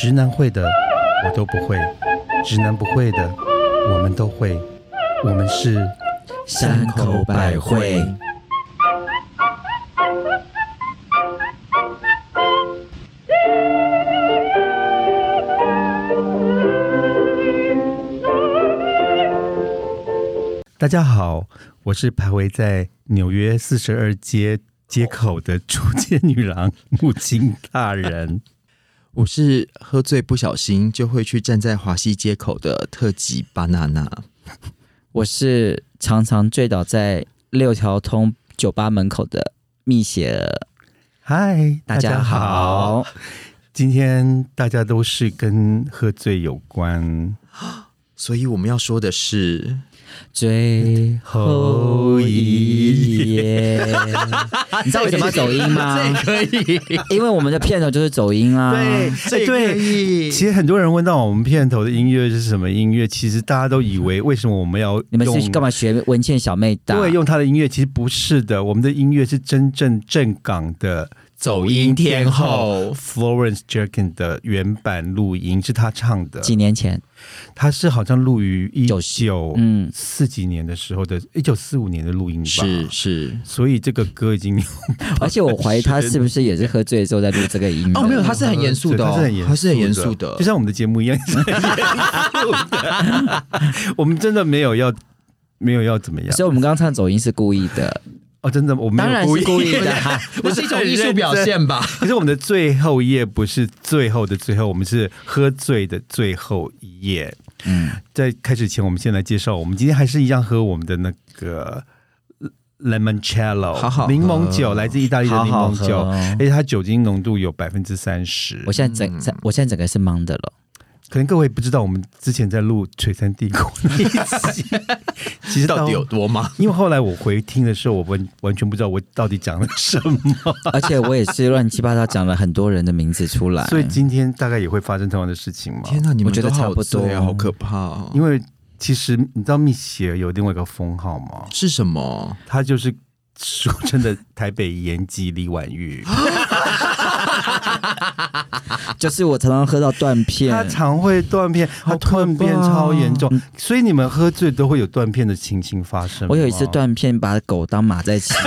直男会的我都不会，直男不会的我们都会，我们是山口百惠。 大家好，我是徘徊在纽约42街口的主街女郎母亲大人。 我是喝醉不小心就会去站在华西街口的特级巴娜娜。 我是常常醉倒在6条通酒吧门口的蜜雪儿。 嗨， 大家好。 今天大家都是跟喝醉有关， 所以我们要说的是最后一页。你知道为什么要走音吗？ 这可以， 因为我们的片头就是走音啦。 对，对。其实很多人问到我们片头的音乐是什么音乐，其实大家都以为为什么我们要用， 你们是干嘛学文茜小妹大？ 对，用她的音乐，其实不是的，我们的音乐是真正正港的走音天后 Florence Jerkin 的原版录音，是她唱的。 几年前， 她是好像录于1940几年的时候的1945年的录音吧？ 是， 所以这个歌已经而且我怀疑她是不是也是喝醉的时候在录这个音乐？ 哦，没有，她是很严肃的，她是很严肃的， 就像我们的节目一样是很严肃的。我们真的没有要怎么样， 所以我们刚刚唱走音是故意的。 哦，真的，我们当然是故意的， 不是一种艺术表现吧？ 可是我们的最后一页不是最后的最后，我们是喝醉的最后一页。在开始前，我们先来介绍，我们今天还是一样喝我们的那个 Limoncello 柠檬酒，来自意大利的柠檬酒，而且它酒精浓度有30%。 我现在整个是懵的了。 可能各位不知道，我们之前在录《璀璨帝国》那一集，其实到底有多忙？ 因为后来我回听的时候，我完全不知道我到底讲了什么， 而且我也是乱七八糟讲了很多人的名字出来。 所以今天大概也会发生同样的事情吗？ 天哪，你们我觉得差不多， 好可怕哦！ 因为其实你知道蜜雪有另外一个封号吗？ 是什么？ 他就是俗称的台北延吉李婉玉。 就是我常常喝到断片， 他常会断片，他断片超严重，所以你们喝醉都会有断片的情形发生吗？ 我有一次断片把狗当马在骑。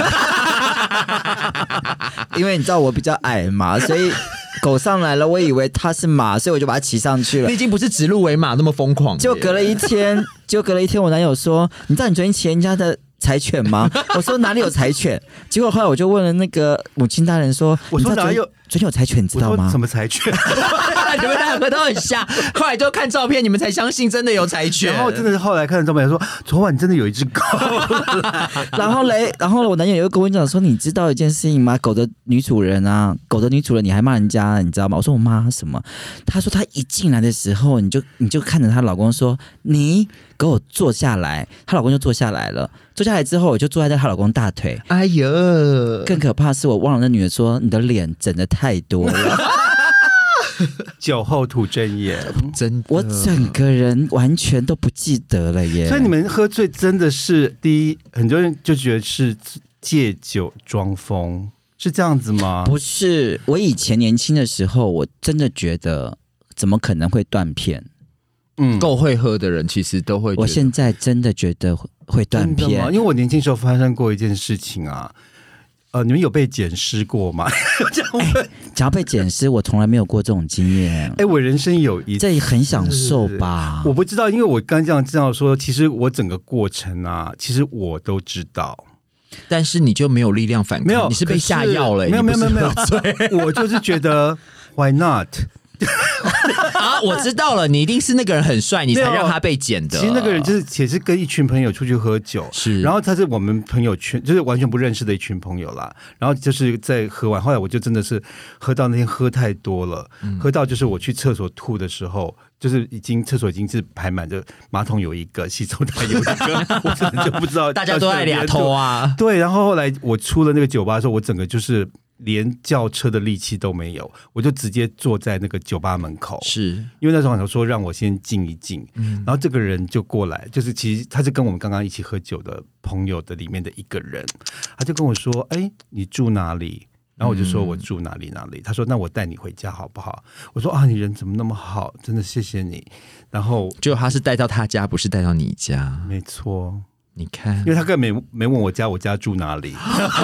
因为你知道我比较矮嘛，所以狗上来了，我以为它是马，所以我就把它骑上去了。 你已经不是指鹿为马那么疯狂。 就隔了一天，我男友说：“你知道你昨天骑人家的柴犬吗？”我说：“哪里有柴犬？”结果后来我就问了那个母亲大人说：“ 我说哪有？ 昨天有柴犬，你知道吗？” 什么柴犬？ 你们两个都很瞎。后来就看照片，你们才相信真的有柴犬。 然后真的是后来看照片说，昨晚真的有一只狗。 然后我男友又跟我讲说，你知道一件事情吗？狗的女主人你还骂人家，你知道吗？我说我骂什么？他说他一进来的时候，你就看着她老公说，你给我坐下来。她老公就坐下来了。坐下来之后，我就坐在她老公大腿。 哎呦， 更可怕是我忘了那女的说，你的脸整得太多了。 酒后吐真言， 真的， 我整个人完全都不记得了耶。 所以你们喝醉真的是第一，很多人就觉得是借酒装疯，是这样子吗？ 不是，我以前年轻的时候，我真的觉得怎么可能会断片？ 够会喝的人其实都会觉得。 我现在真的觉得会断片， 因为我年轻时候发生过一件事情啊。你们有被捡尸过吗？ 讲到被捡尸，我从来没有过这种经验。 我人生有一次， 这很享受吧？ 我不知道，因为我刚这样说，其实我整个过程啊，其实我都知道， 但是你就没有力量反抗， 没有， 你是被下药了， 没有，我就是觉得 why not？ 啊，我知道了，你一定是那个人很帅，你才让他被捡的。 其实那个人也是跟一群朋友出去喝酒， 是， 然后他是我们朋友圈，就是完全不认识的一群朋友啦。然后就是在喝完，后来我就真的是喝到那天喝太多了，喝到就是我去厕所吐的时候，就是厕所已经是排满着，马桶有一个，洗手台有一个，我真的就不知道。 大家都在俩偷啊。 对，然后后来我出了那个酒吧的时候，我整个就是连叫车的力气都没有，我就直接坐在那个酒吧门口， 是因为那时候想说让我先静一静，然后这个人就过来，就是其实他是跟我们刚刚一起喝酒的朋友的里面的一个人，他就跟我说：“哎，你住哪里？” 然后我就说我住哪里哪里，他说那我带你回家好不好？我说啊，你人怎么那么好，真的谢谢你。然后结果他是带到他家，不是带到你家。 没错， 你看， 因为他根本没问我家住哪里。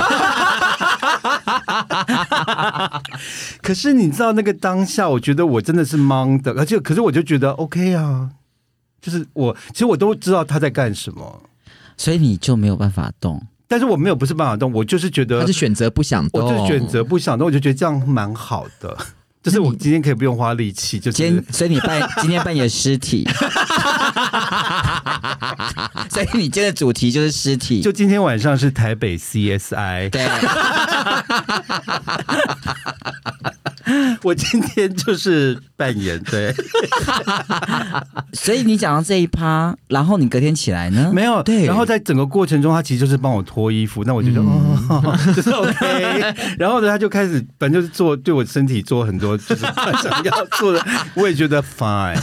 可是你知道那个当下，我觉得我真的是懵的，可是我就觉得 OK 啊，就是其实我都知道他在干什么， 所以你就没有办法动。 但是我不是办法动，我就是觉得他是选择不想动， 我就是选择不想动，我就觉得这样蛮好的。就是我今天可以不用花力气，就是所以你今天扮演尸体，所以你今天的主题就是尸体。 就今天晚上是台北 CSI， 对， 我今天就是扮演对。 所以你讲到这一趴，然后你隔天起来呢？ 没有， 对， 然后在整个过程中，他其实就是帮我脱衣服，那我就觉得就是 OK。然后呢，他就开始反正就是对我身体做很多就是他想要做的，我也觉得 fine，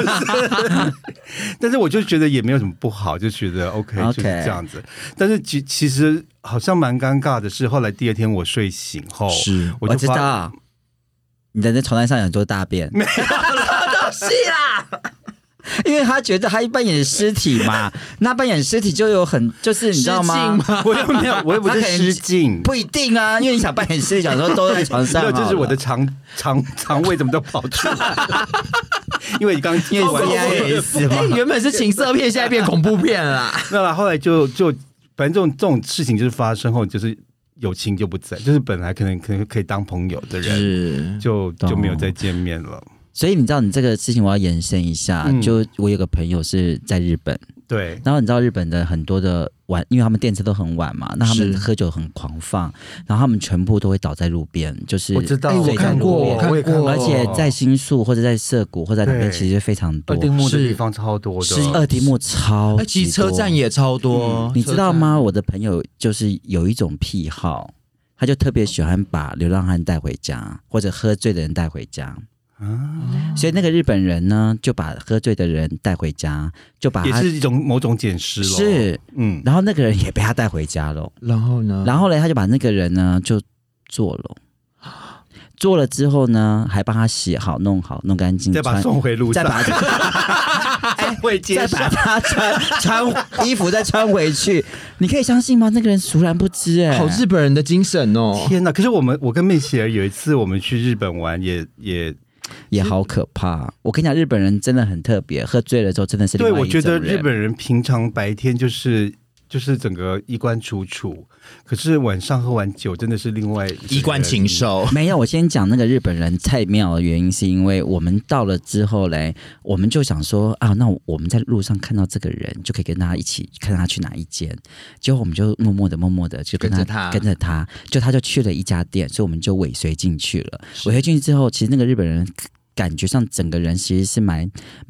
但是我就觉得也没有什么不好，就觉得 OK 就是这样子。但是其实好像蛮尴尬的是，后来第二天我睡醒后， 我知道你的床单上有很多大便，没有东西啦。因为他觉得他扮演尸体嘛，那扮演尸体就有就是你知道吗？ 我又没有，我又不是失禁， 不一定啊。因为你想扮演尸体，想说都在床上， 就是我的肠胃怎么都跑出来。因为你刚因为 CIS 嘛， 原本是情色片，现在变恐怖片了。 没有啦，后来就反正这种事情就是发生后，就是友情就不在，就是本来可能可以当朋友的人，就没有再见面了。 所以你知道，你这个事情我要延伸一下，就我有个朋友是在日本， 对， 然后你知道日本的很多的晚，因为他们电车都很晚嘛，那他们喝酒很狂放，然后他们全部都会倒在路边，就是我知道， 我看过， 而且在新宿或者在涩谷或者在哪边其实非常多， 二丁目的地方超多的， 是二丁目超级多， 其实车站也超多， 你知道吗？我的朋友就是有一种癖好，他就特别喜欢把流浪汉带回家，或者喝醉的人带回家。所以那个日本人呢，就把喝醉的人带回家，就把他也是某种捡尸了。 是，然后那个人也被他带回家了。 然后呢， 他就把那个人呢就做了。做了之后呢，还帮他洗好、弄好、弄干净， 再把他送回路上， 再把他穿衣服再穿回去。你可以相信吗？那个人熟然不知， 好日本人的精神哦！ 天哪！可是我跟妹喜儿有一次我们去日本玩， 也好可怕。我跟你讲，日本人真的很特别，喝醉了之后真的是另外一种人。 对，我觉得日本人平常白天就是整个衣冠楚楚，可是晚上喝完酒真的是另外衣冠禽兽。 没有，我先讲那个日本人太妙的原因，是因为我们到了之后嘞，我们就想说啊，那我们在路上看到这个人，就可以跟他一起看他去哪一间。结果我们就默默的就跟着他，就他就去了一家店，所以我们就尾随进去了。尾随进去之后，其实那个日本人感觉上整个人其实是蛮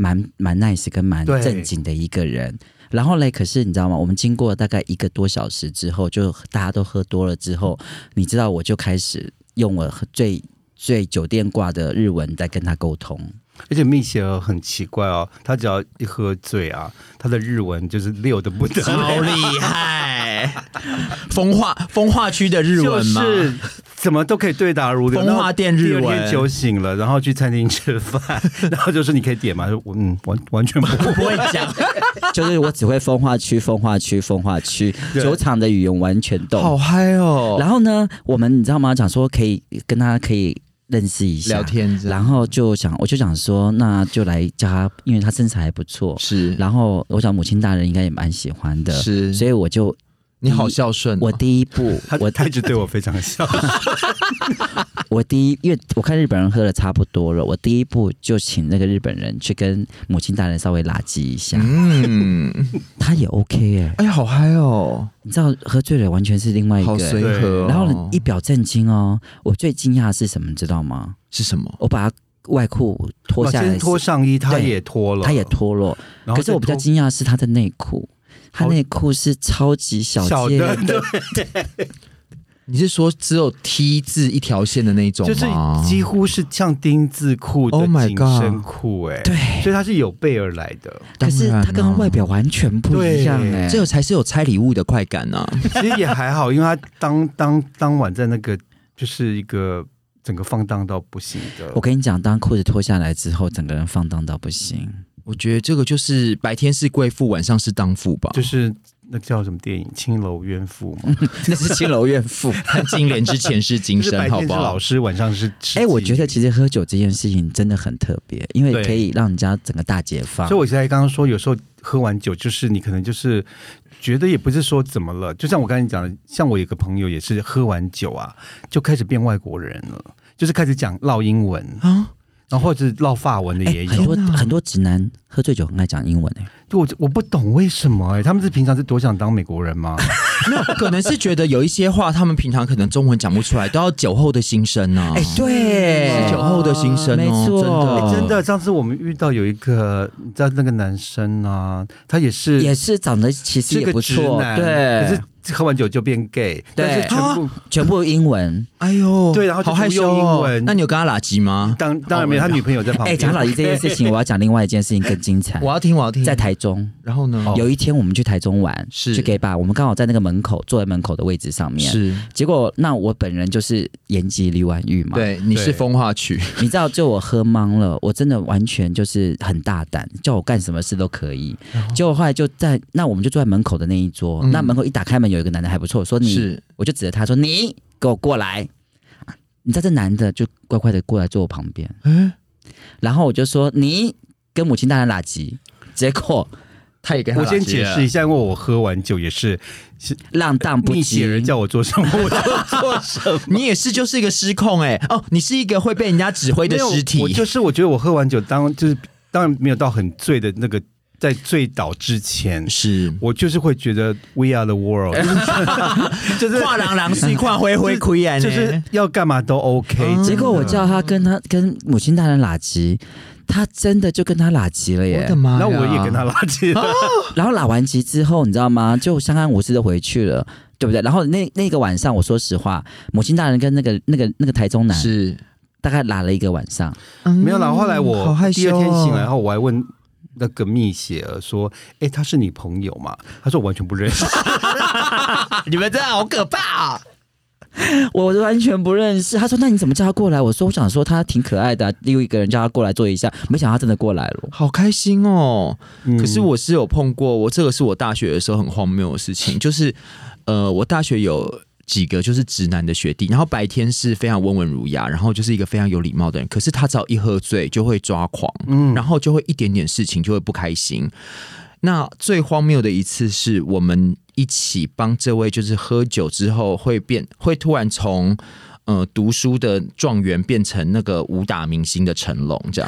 nice 跟蛮正经的一个人。然后嘞，可是你知道吗？我们经过大概1个多小时之后，就大家都喝多了之后，你知道我就开始用我最酒店挂的日文在跟他沟通。 而且蜜雪儿很奇怪哦，他只要一喝醉啊，他的日文就是溜的不得了， 超厉害。风化区的日文吗？ 就是怎么都可以对答如流。 风化店日文。 第二天酒醒了，然后去餐厅吃饭，然后就说你可以点吗？完全不会讲， 就是我只会风化区，酒厂的语言完全懂， 好嗨哦。 然后呢，我们你知道吗？讲说可以跟他可以认识一下聊天， 然后我就想说，那就来叫他，因为他身材还不错， 是。 然后我想母亲大人应该也蛮喜欢的， 是。 所以我就你好孝顺， 我第一步， 他一直对我非常孝顺。 因为我看日本人喝的差不多了，我第一步就请那个日本人去跟母亲大人稍微拉鸡一下，他也 OK 哎，好嗨哦！ 你知道喝醉了完全是另外一个， 好随和， 然后一表正经哦。我最惊讶的是什么，你知道吗？ 是什么？ 我把他外裤脱下来， 先脱上衣，他也脱了， 可是我比较惊讶的是他的内裤，他内裤是超级小件的。 你是说只有 T 字一条线的那种吗？ 就是几乎是像丁字裤的紧身裤， 对， 所以它是有备而来的。 可是它跟外表完全不一样这个才是有拆礼物的快感啊！ 其实也还好，因为他当晚在那个就就是一个整个放荡到不行的。 我跟你讲，当裤子脱下来之后，整个人放荡到不行。 我觉得这个就是白天是贵妇，晚上是荡妇吧？ 就是那叫什么电影《青楼怨妇》吗？ 那是青楼怨妇， 看金莲之前世今生，好不好？ 白天是老师，晚上是我觉得其实喝酒这件事情真的很特别，因为可以让人家整个大解放。 所以我现在刚刚说，有时候喝完酒，就是你可能就是觉得也不是说怎么了，就像我刚才讲的，像我有个朋友也是喝完酒啊，就开始变外国人了，就是开始讲烙英文啊。然后或者是烙法文的也有， 很多直男喝醉酒很爱讲英文我不懂为什么他们是平常是多想当美国人吗？ 没有，可能是觉得有一些话他们平常可能中文讲不出来，都要酒后的心声啊。 对， 是酒后的心声没错， 真的。上次我们遇到有一个，你知道那个男生啊，他也是长得其实也不错，对， 可是喝完酒就变 gay， 但是全部英文。 哎呦， 对，然后就好害羞英文。 那你有跟他拉鸡吗？ 当然没有，他女朋友在旁边。 讲拉鸡这件事情，我要讲另外一件事情更精彩。 我要听。 在台中， 然后呢？ 有一天我们去台中玩，去 gay bar，我们刚好在那个门口，坐在门口的位置上面。 是， 结果那我本人就是延吉李婉玉嘛， 对，你是风化曲， 你知道，就我喝懵了，我真的完全就是很大胆，叫我干什么事都可以。结果后来就在那，我们就坐在门口的那一桌，那门口一打开门，有一个男的还不错，说你，我就指着他说你给我过来。你知道这男的就乖乖的过来坐我旁边，然后我就说你跟母亲大人拉鸡，结果他也跟他拉鸡。 我先解释一下，因为我喝完酒也是浪荡不羁， 逆人叫我做什么我就做什么。 你也是就是一个失控你是一个会被人家指挥的尸体。 我觉得我喝完酒当然没有到很醉的那个。在醉倒之前，我就是会觉得 we are the world， 就是跨狼狼是跨灰灰灰眼， 就是要干嘛都 OK。 结果我叫他跟母亲大人拉鸡，他真的就跟他拉鸡了耶！ 我的妈！ 然后我也跟他拉鸡了， 然后拉完鸡之后，你知道吗？就相安无事的回去了，对不对？然后那个晚上，我说实话，母亲大人跟那个台中男是大概拉了一个晚上， 没有啦。后来我第二天醒来后，我还问。那个蜜雪儿说：“他是你朋友吗？”他说：“我完全不认识。” 你们真的好可怕我完全不认识。他说：“那你怎么叫他过来？”我说：“我想说他挺可爱的，另一个人叫他过来坐一下。”没想到他真的过来了， 好开心哦！可是我是有碰过，这个是我大学的时候很荒谬的事情，就是我大学有。几个就是直男的学弟，然后白天是非常温文儒雅，然后就是一个非常有礼貌的人。可是他只要一喝醉就会抓狂，然后就会一点点事情就会不开心。那最荒谬的一次是我们一起帮这位就是喝酒之后会突然从读书的状元变成那个武打明星的成龙这样。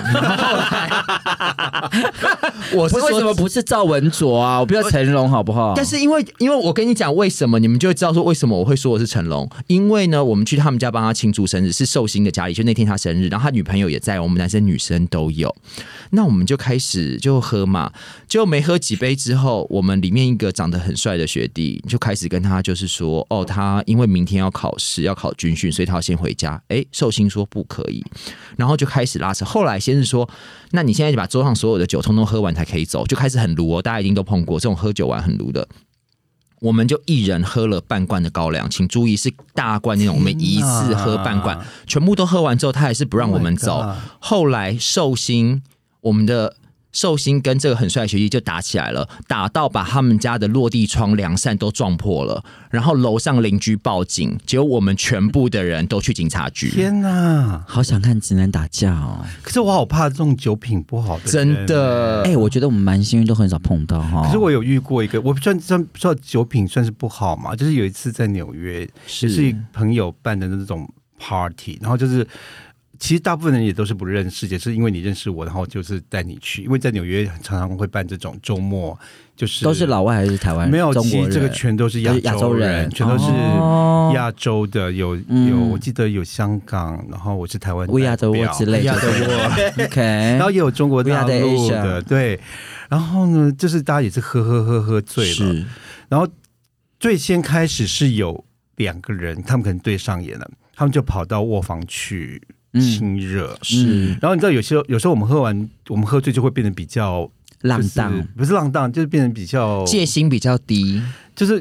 我是为什么不是赵文卓啊？我不要成龙好不好？ 但是因为我跟你讲为什么，你们就会知道说为什么我会说我是成龙。因为呢，我们去他们家帮他庆祝生日，是寿星的家里，就那天他生日，然后他女朋友也在，我们男生女生都有。那我们就开始就喝嘛，就没喝几杯之后，我们里面一个长得很帅的学弟就开始跟他就是说，他因为明天要考试，要考军训，所以他要先回家。寿星说不可以，然后就开始拉扯。后来先是说，那你现在就把桌上所有的酒通通喝完才可以走，就开始很卢大家一定都碰过这种喝酒完很卢的。我们就一人喝了半罐的高粱，请注意是大罐那种，我们一次喝半罐，全部都喝完之后，他还是不让我们走。后来寿星，我们的寿星跟这个很帅的学弟就打起来了，打到把他们家的落地窗梁扇都撞破了，然后楼上邻居报警，结果我们全部的人都去警察局。 天哪， 好想看直男打架哦！ 可是我好怕这种酒品不好的人， 真的。 我觉得我们蛮幸运，都很少碰到哈。 可是我有遇过一个，我不知道酒品算是不好嘛，就是有一次在纽约，也是朋友办的那种 party， 然后就是。其实大部分人也都是不认识，也是因为你认识我，然后就是带你去。因为在纽约常常会办这种周末，就是都是老外还是台湾人？ 没有，其实这个全都是亚洲人，全都是亚洲的。有，我记得有香港，然后我是台湾 ，We are the world 之类的，OK。然后也有中国大陆的，对。然后呢，就是大家也是喝醉了。然后最先开始是有2个人，他们可能对上眼了，他们就跑到卧房去。亲热是， 然后你知道有时候我们喝醉就会变得比较浪荡， 不是浪荡，就是变成比较戒心比较低， 就是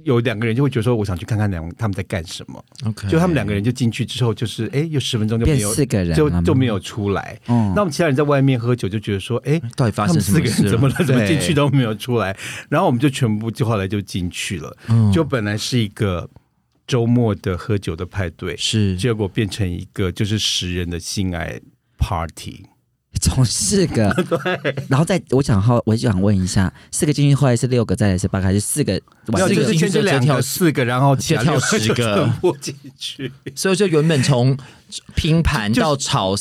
有2个人就会觉得说，我想去看看他们在干什么。 OK， 就他们2个人就进去之后，就是又10分钟就没有变4个人就没有出来。那我们其他人在外面喝酒就觉得说， 到底发生什么事了？ 他们4个人怎么了？怎么进去都没有出来？然后我们就全部就后来就进去了。就本来是一个周末的喝酒的派对， 是结果变成一个就是10人的性爱 party。 从4个，对，然后我想问一下，4个进去，后来是6个，再来是8个，还是4个？ 没有，就是先2个4个，然后就跳10个全部进去。 所以就原本从拼盘到炒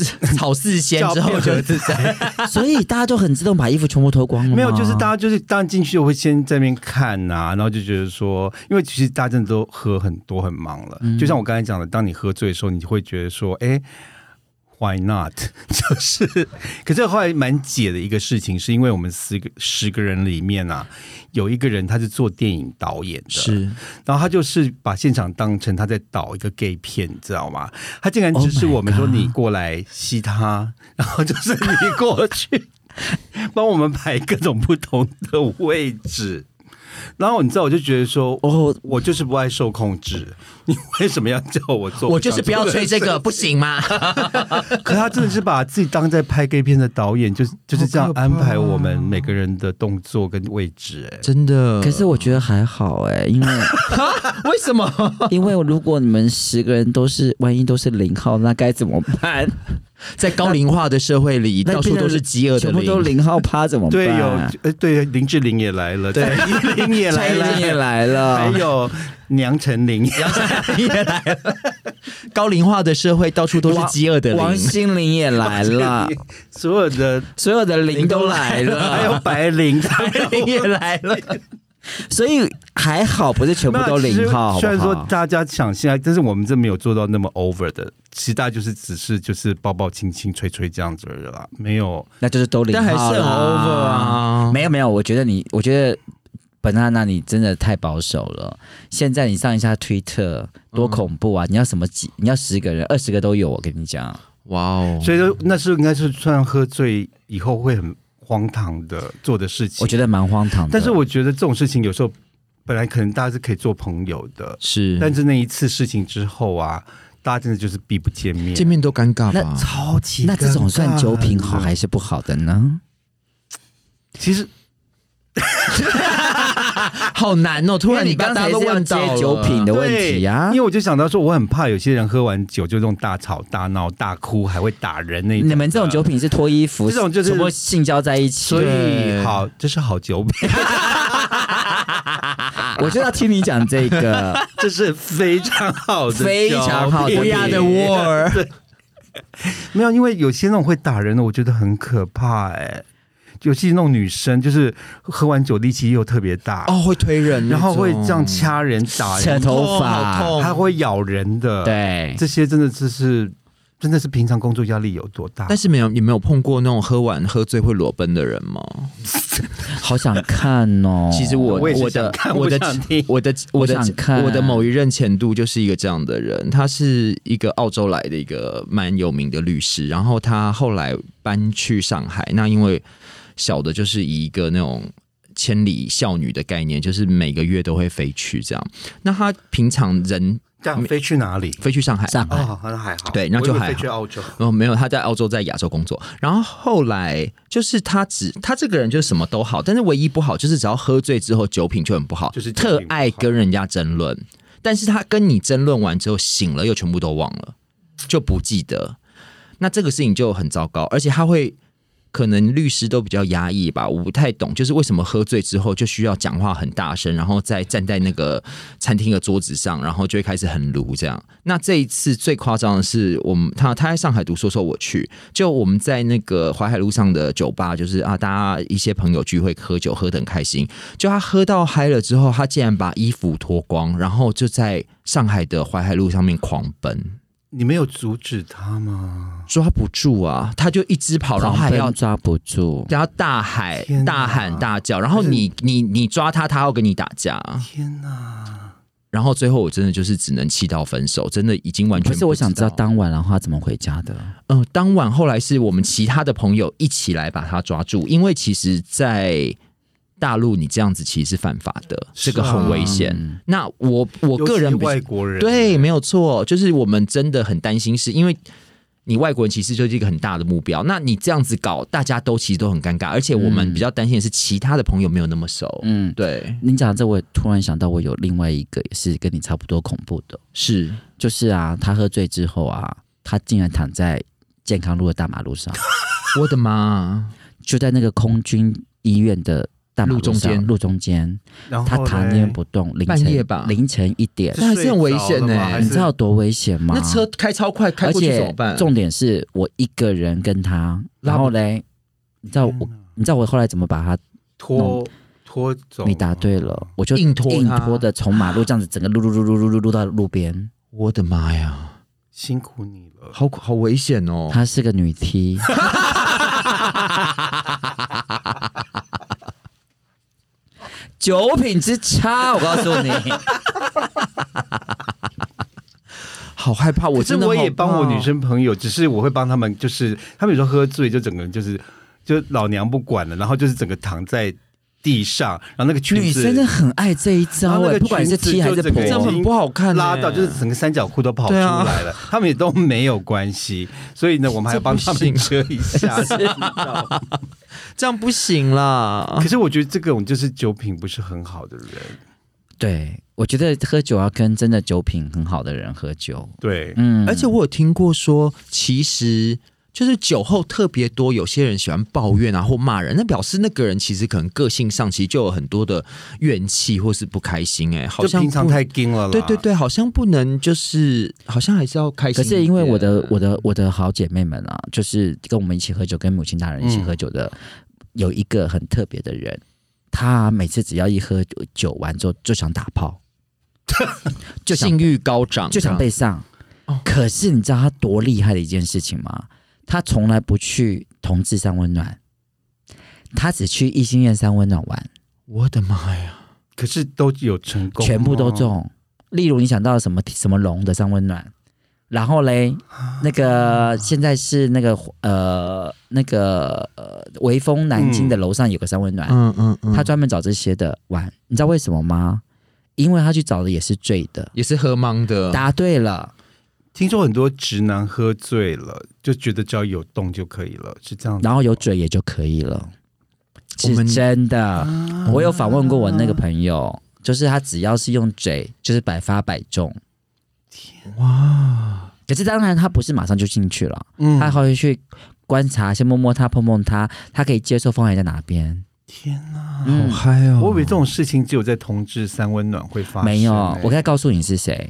4鲜之后就是所以大家就很自动把衣服全部脱光了吗？ 没有，就是大家就是当然进去会先在那边看啊，然后就觉得说，因为其实大家真的都喝很多很忙了，就像我刚才讲的，当你喝醉的时候，你会觉得说，Why not？ 就是，可是后来蛮解的一个事情，是因为我们10个人里面啊，有一个人他是做电影导演的， 是， 然后他就是把现场当成他在导一个 gay 片，你知道吗？他竟然指示我们说你过来吸他，然后就是你过去帮我们排各种不同的位置。然后你知道，我就觉得说，我就是不爱受控制，你为什么要叫我做？ 我就是不要吹这个，不行吗？ 可他真的是把自己当在拍 gay 片的导演，就是这样安排我们每个人的动作跟位置， 真的。 可是我觉得还好，因为为什么？ 因为如果你们10个人万一都是0号，那该怎么办？ 在高龄化的社会里，到处都是饥饿的全部都0号趴怎么办？ 对，林志玲也来了，对，林也来了， 也来了， 还有杨丞琳也来了。高龄化的社会，到处都是饥饿的灵。 王心凌也来了， 所有的灵都来了， 还有白灵也来了。 所以还好，不是全部都0号，好不好？ 虽然说大家想现在，但是我们这没有做到那么 over 的，其实大家只是抱抱亲亲吹吹这样子而已啦，没有， 那就是都0号， 但还是很 over 啊。 没有，我觉得本娜娜你真的太保守了。现在你上一下推特，多恐怖啊！你要什么你要10个人、20个都有，我跟你讲。 哇哦！ 所以说那是应该是算喝醉以后会很荒唐的做的事情， 我觉得蛮荒唐的。 但是我觉得这种事情有时候本来可能大家是可以做朋友的， 是， 但是那一次事情之后啊，大家真的就是避不见面， 见面都尴尬吧？ 那超级尴尬。 那这种算酒品好还是不好的呢？ 其实好难哦！突然你刚才都问到酒品的问题啊， 因为我就想到说，我很怕有些人喝完酒就这种大吵大闹、大哭，还会打人那种。 你们这种酒品是脱衣服， 这种就是全部性交在一起， 所以好，这是好酒品。 我就要听你讲这个， 这是非常好的， 非常好的 We are the war。 对，没有，因为有些那种会打人的，我觉得很可怕尤其那种女生，就是喝完酒力气又特别大会推人， 然后会这样掐人、打人、 扯头发， 还会咬人的。 对， 这些真的是平常工作压力有多大？ 但是你没有碰过那种喝醉会裸奔的人吗？ 好想看哦！ 其实我的某一任前度就是一个这样的人，他是一个澳洲来的一个蛮有名的律师，然后他后来搬去上海，那因为小的就是以一个那种千里孝女的概念，就是每个月都会飞去这样。那他平常人这样飞去哪里？ 飞去上海。 哦，那还好。 对，那就还好。 飞去澳洲？ 没有，他在澳洲，在亚洲工作。然后后来就是他这个人就是什么都好，但是唯一不好就是只要喝醉之后酒品就很不好， 就是特爱跟人家争论。但是他跟你争论完之后醒了又全部都忘了，就不记得。那这个事情就很糟糕，而且他会。可能律师都比较压抑吧，我不太懂，就是为什么喝醉之后就需要讲话很大声，然后再站在那个餐厅的桌子上，然后就会开始很鲁这样。那这一次最夸张的是，他在上海读书的时候我去，就我们在那个淮海路上的酒吧，就是大家一些朋友聚会喝酒喝得很开心，就他喝到嗨了之后，他竟然把衣服脱光，然后就在上海的淮海路上面狂奔。 你没有阻止他吗？ 抓不住啊，他就一直跑，然后还要抓不住， 然后大喊大叫，然后你抓他，他要跟你打架。 天哪！ 然后最后我真的就是只能气到分手，真的已经完全不知道。 可是我想知道当晚然后他怎么回家的？ 当晚后来是我们其他的朋友一起来把他抓住，因为其实在大陆你这样子其实是犯法的，这个很危险。那我个人外国人对，没有错，就是我们真的很担心，是因为你外国人其实就是一个很大的目标。那你这样子搞，大家都其实都很尴尬，而且我们比较担心的是其他的朋友没有那么熟。对。 你讲这，我突然想到，我有另外一个也是跟你差不多恐怖的，就是啊，他喝醉之后啊，他竟然躺在健康路的大马路上， 我的妈！ 就在那个空军医院的大马路中间， 然后他躺那边不动， 半夜吧， 凌晨1点， 那还是很危险呢。 你知道有多危险吗？ 那车开超快，开过去怎么办？ 重点是我一个人跟他，然后嘞，你知道我后来怎么把他拖走？ 你答对了，我就硬拖的从马路这样子整个撸到路边。 我的妈呀， 辛苦你了， 好危险哦！ 她是个女 T。酒品之差，我告诉你， 好害怕。我真的我也帮我女生朋友，只是我会帮他们，就是他们有时候喝醉，就整个人就老娘不管了，然后就是整个躺在地上，然后那个裙子女生真的很爱这一招，不管是 T 还是婆， 这样很不好看， 拉到就是整个三角裤都跑出来了，他们也都没有关系，所以呢，我们还要帮他们遮一下， 这样不行啦。 可是我觉得这种就是酒品不是很好的人， 对，我觉得喝酒要跟真的酒品很好的人喝酒， 对， 而且我有听过说，其实。就是酒后特别多，有些人喜欢抱怨啊或骂人，那表示那个人其实可能个性上其实就有很多的怨气或是不开心。好像就平常太硬了啦。 对，好像不能，就是好像还是要开心。 可是因为我的好姐妹们啊，就是跟我们一起喝酒，跟母亲大人一起喝酒的，有一个很特别的人，他每次只要一喝酒完之后就想打炮， 就性欲高涨， 就想被上。可是你知道他多厉害的一件事情吗？他从来不去同志三温暖，他只去异性恋三温暖玩。 我的妈呀！ 可是都有成功， 全部都中。例如你想到什么龙的三温暖，然后嘞，那个现在是那个微风南京的楼上有个三温暖，他专门找这些的玩。你知道为什么吗？因为他去找的也是醉的， 也是喝懵的。 答对了。 听说很多直男喝醉了就觉得只要有动就可以了，是这样子， 然后有嘴也就可以了，是真的。我有访问过我那个朋友，就是他只要是用嘴，就是百发百中。 哇！ 可是当然他不是马上就进去了，他还会去观察，先摸摸他，碰碰他，他可以接受风险在哪边。 天哪， 好嗨哦！ 我以为这种事情只有在同志三温暖会发生。 没有，我该告诉你是谁。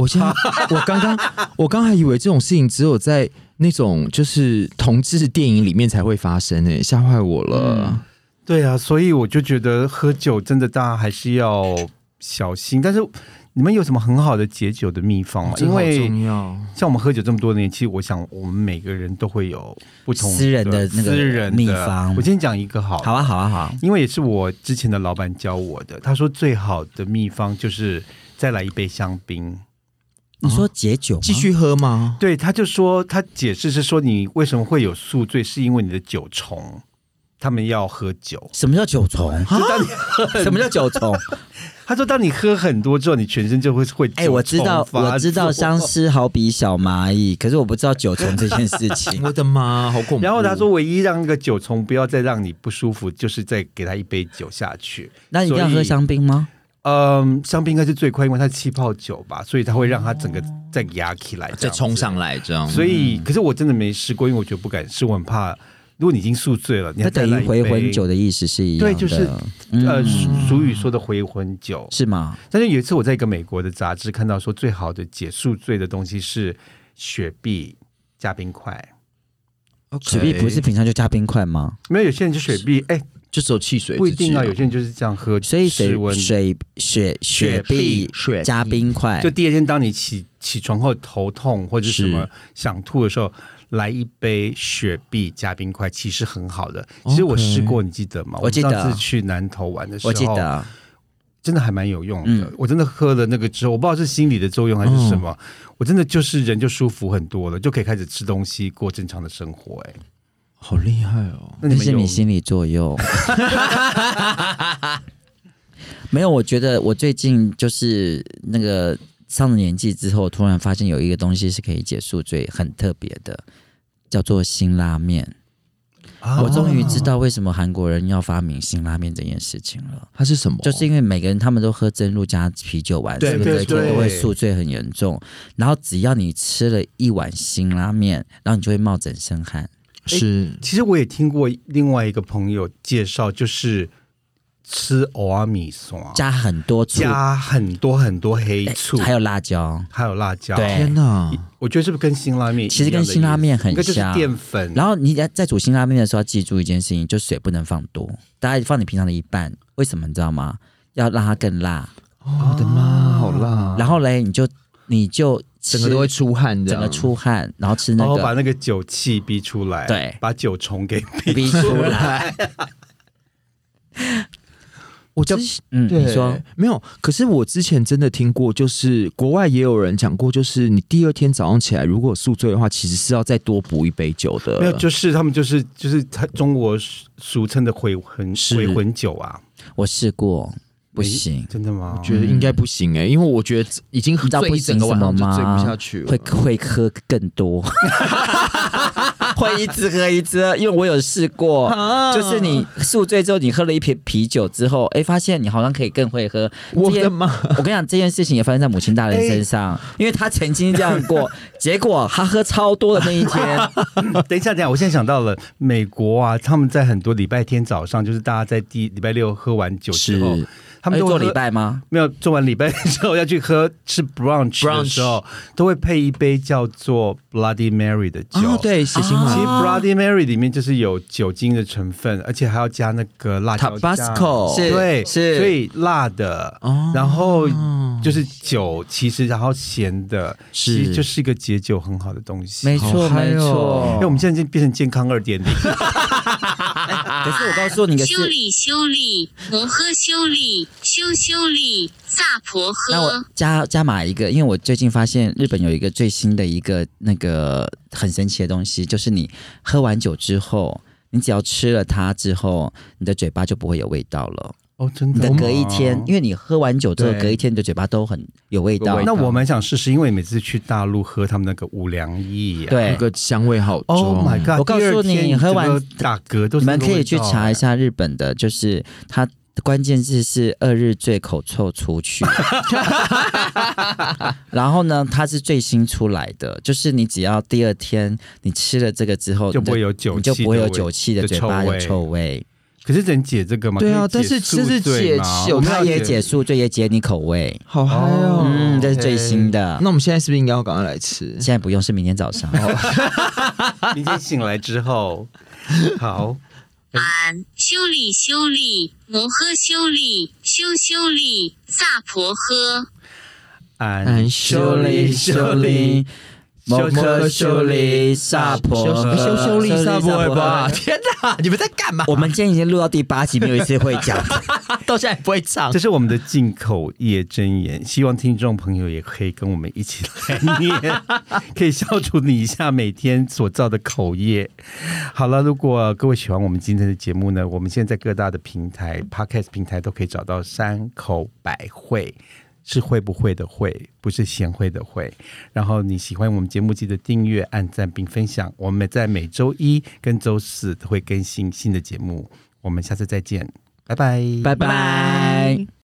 我刚还以为这种事情只有在那种就是同志电影里面才会发生诶，吓坏我了。 对啊，所以我就觉得喝酒真的大家还是要小心。但是你们有什么很好的解酒的秘方吗？因为像我们喝酒这么多年，其实我想我们每个人都会有不同私人的那个秘方。 我今天讲一个好啊， 因为也是我之前的老板教我的。他说最好的秘方就是再来一杯香槟。 你说解酒吗？ 继续喝吗？ 对，他就说他解释是说你为什么会有宿醉，是因为你的酒虫，他们要喝酒。 什么叫酒虫？什么叫酒虫？ 他说当你喝很多之后，你全身就会我知道相思好比小蚂蚁，可是我不知道酒虫这件事情。 我的妈，好恐怖！ 然后他说唯一让那个酒虫不要再让你不舒服，就是再给他一杯酒下去。 那你一定要喝香槟吗？ 香槟应该是最快，因为它是气泡酒吧，所以它会让它整个再压起来， 再冲上来这样。 所以，可是我真的没试过，因为我觉得不敢试，我很怕。如果你已经宿醉了，你还再来一杯， 等于回魂酒的意思是一样的。 对，就是俗语说的回魂酒是吗？ 但是有一次我在一个美国的杂志看到说，最好的解宿醉的东西是雪碧加冰块。 雪碧不是平常就加冰块吗？ 没有，有些人就雪碧， 就只有汽水， 不一定啊。有些人就是这样喝， 所以雪碧加冰块。 就第二天当你起床后头痛或者什么想吐的时候，来一杯雪碧加冰块，其实很好的。其实我试过，你记得吗？ 我记得上次去南投玩的时候， 我记得真的还蛮有用的。我真的喝了那个之后，我不知道是心理的作用还是什么，我真的就是人就舒服很多了，就可以开始吃东西，过正常的生活。 好厉害哦！ 那们有那是你心理作用。没有，我觉得我最近就是那个上了年纪之后，突然发现有一个东西是可以解宿醉，很特别的，叫做辛拉面。我终于知道为什么韩国人要发明辛拉面这件事情了。 它是什么？ 就是因为每个人他们都喝真露加啤酒完， 对是不是对对都会宿醉很严重？然后只要你吃了一碗辛拉面，然后你就会冒整身汗。 是， 其实我也听过另外一个朋友介绍，就是吃欧阿米酸， 加很多醋， 加很多很多黑醋， 还有辣椒， 还有辣椒。 对天哪！ 我觉得是不是跟辛拉面一样的意思？ 其实跟辛拉面很应该就是像淀粉。 然后你在煮辛拉面的时候要记住一件事情，就水不能放多，大概放你平常的一半。为什么你知道吗？要让它更辣。 我的妈，好辣！ 然后嘞，你就整个都会出汗， 整个出汗，然后吃那个， 然后把那个酒气逼出来， 对， 把酒虫给逼出来。 我就对， 你说没有？可是我之前真的听过，就是国外也有人讲过，就是你第二天早上起来如果宿醉的话，其实是要再多补一杯酒的。 没有，就是他们就是他中国俗称的回魂酒啊。 我试过。不行， 真的吗？ 我觉得应该不行因为我觉得已经醉一整个晚上就醉不下去了， 会喝更多，会一直喝一直喝。因为我有试过，就是你宿醉之后，你喝了一瓶啤酒之后，发现你好像可以更会喝。 我的妈！ 我跟你讲，这件事情也发生在母亲大人身上，因为他曾经这样过，结果他喝超多的那一天。 等一下，我现在想到了美国啊，他们在很多礼拜天早上，就是大家在礼拜六喝完酒之后。他们都做礼拜吗？ 没有，做完礼拜之后要去吃 brunch 的时候，都会配一杯叫做 Bloody Mary 的酒。 对，血腥玛。 其实 Bloody Mary 里面就是有酒精的成分，而且还要加那个辣椒酱。 Tabasco 对， 是， 所以辣的，然后就是酒，其实然后咸的，其实就是一个解酒很好的东西。 没错，没错。 因为我们现在已经变成健康2.0。 可是我告诉你个修理摩诃修理萨婆诃。 那我加码一个，因为我最近发现日本有一个最新的一个那个很神奇的东西，就是你喝完酒之后，你只要吃了它之后，你的嘴巴就不会有味道了。 哦，真的？ 你的隔一天，因为你喝完酒之后，隔一天你的嘴巴都很有味道。 那我蛮想试试，因为每次去大陆喝他们那个五粮液， 对， 那个香味好重。 Oh my god！ 我告诉你，喝完打嗝都是。 你们可以去查一下日本的，就是它关键字是2日醉口臭除去。然后呢，它是最新出来的，就是你只要第二天你吃了这个之后， 就不会有酒气， 你就不会有酒气的嘴巴有臭味。 可是能解这个吗？ 对啊，但是这是解酒， 它也解宿醉，也解你口味。 好嗨哦！ 这是最新的。 那我们现在是不是应该要赶快来吃？ 现在不用，是明天早上。 明天醒来之后，好。 修理摩诃修理萨婆诃。 修理。摩诃修理萨婆诃， 修理萨婆诃吧！天哪，你们在干嘛？ 我们今天已经录到第8集，没有一次会讲， 到现在不会唱。 这是我们的进口业真言，希望听众朋友也可以跟我们一起来念，可以消除你一下每天所造的口业。好了，如果各位喜欢我们今天的节目呢，我们现在在各大的平台 Podcast 平台都可以找到山口百惠。是会不会的会，不是贤惠的会。然后你喜欢我们节目，记得订阅、按赞并分享。我们在每周1跟周4都会更新新的节目。我们下次再见，拜拜， 拜拜。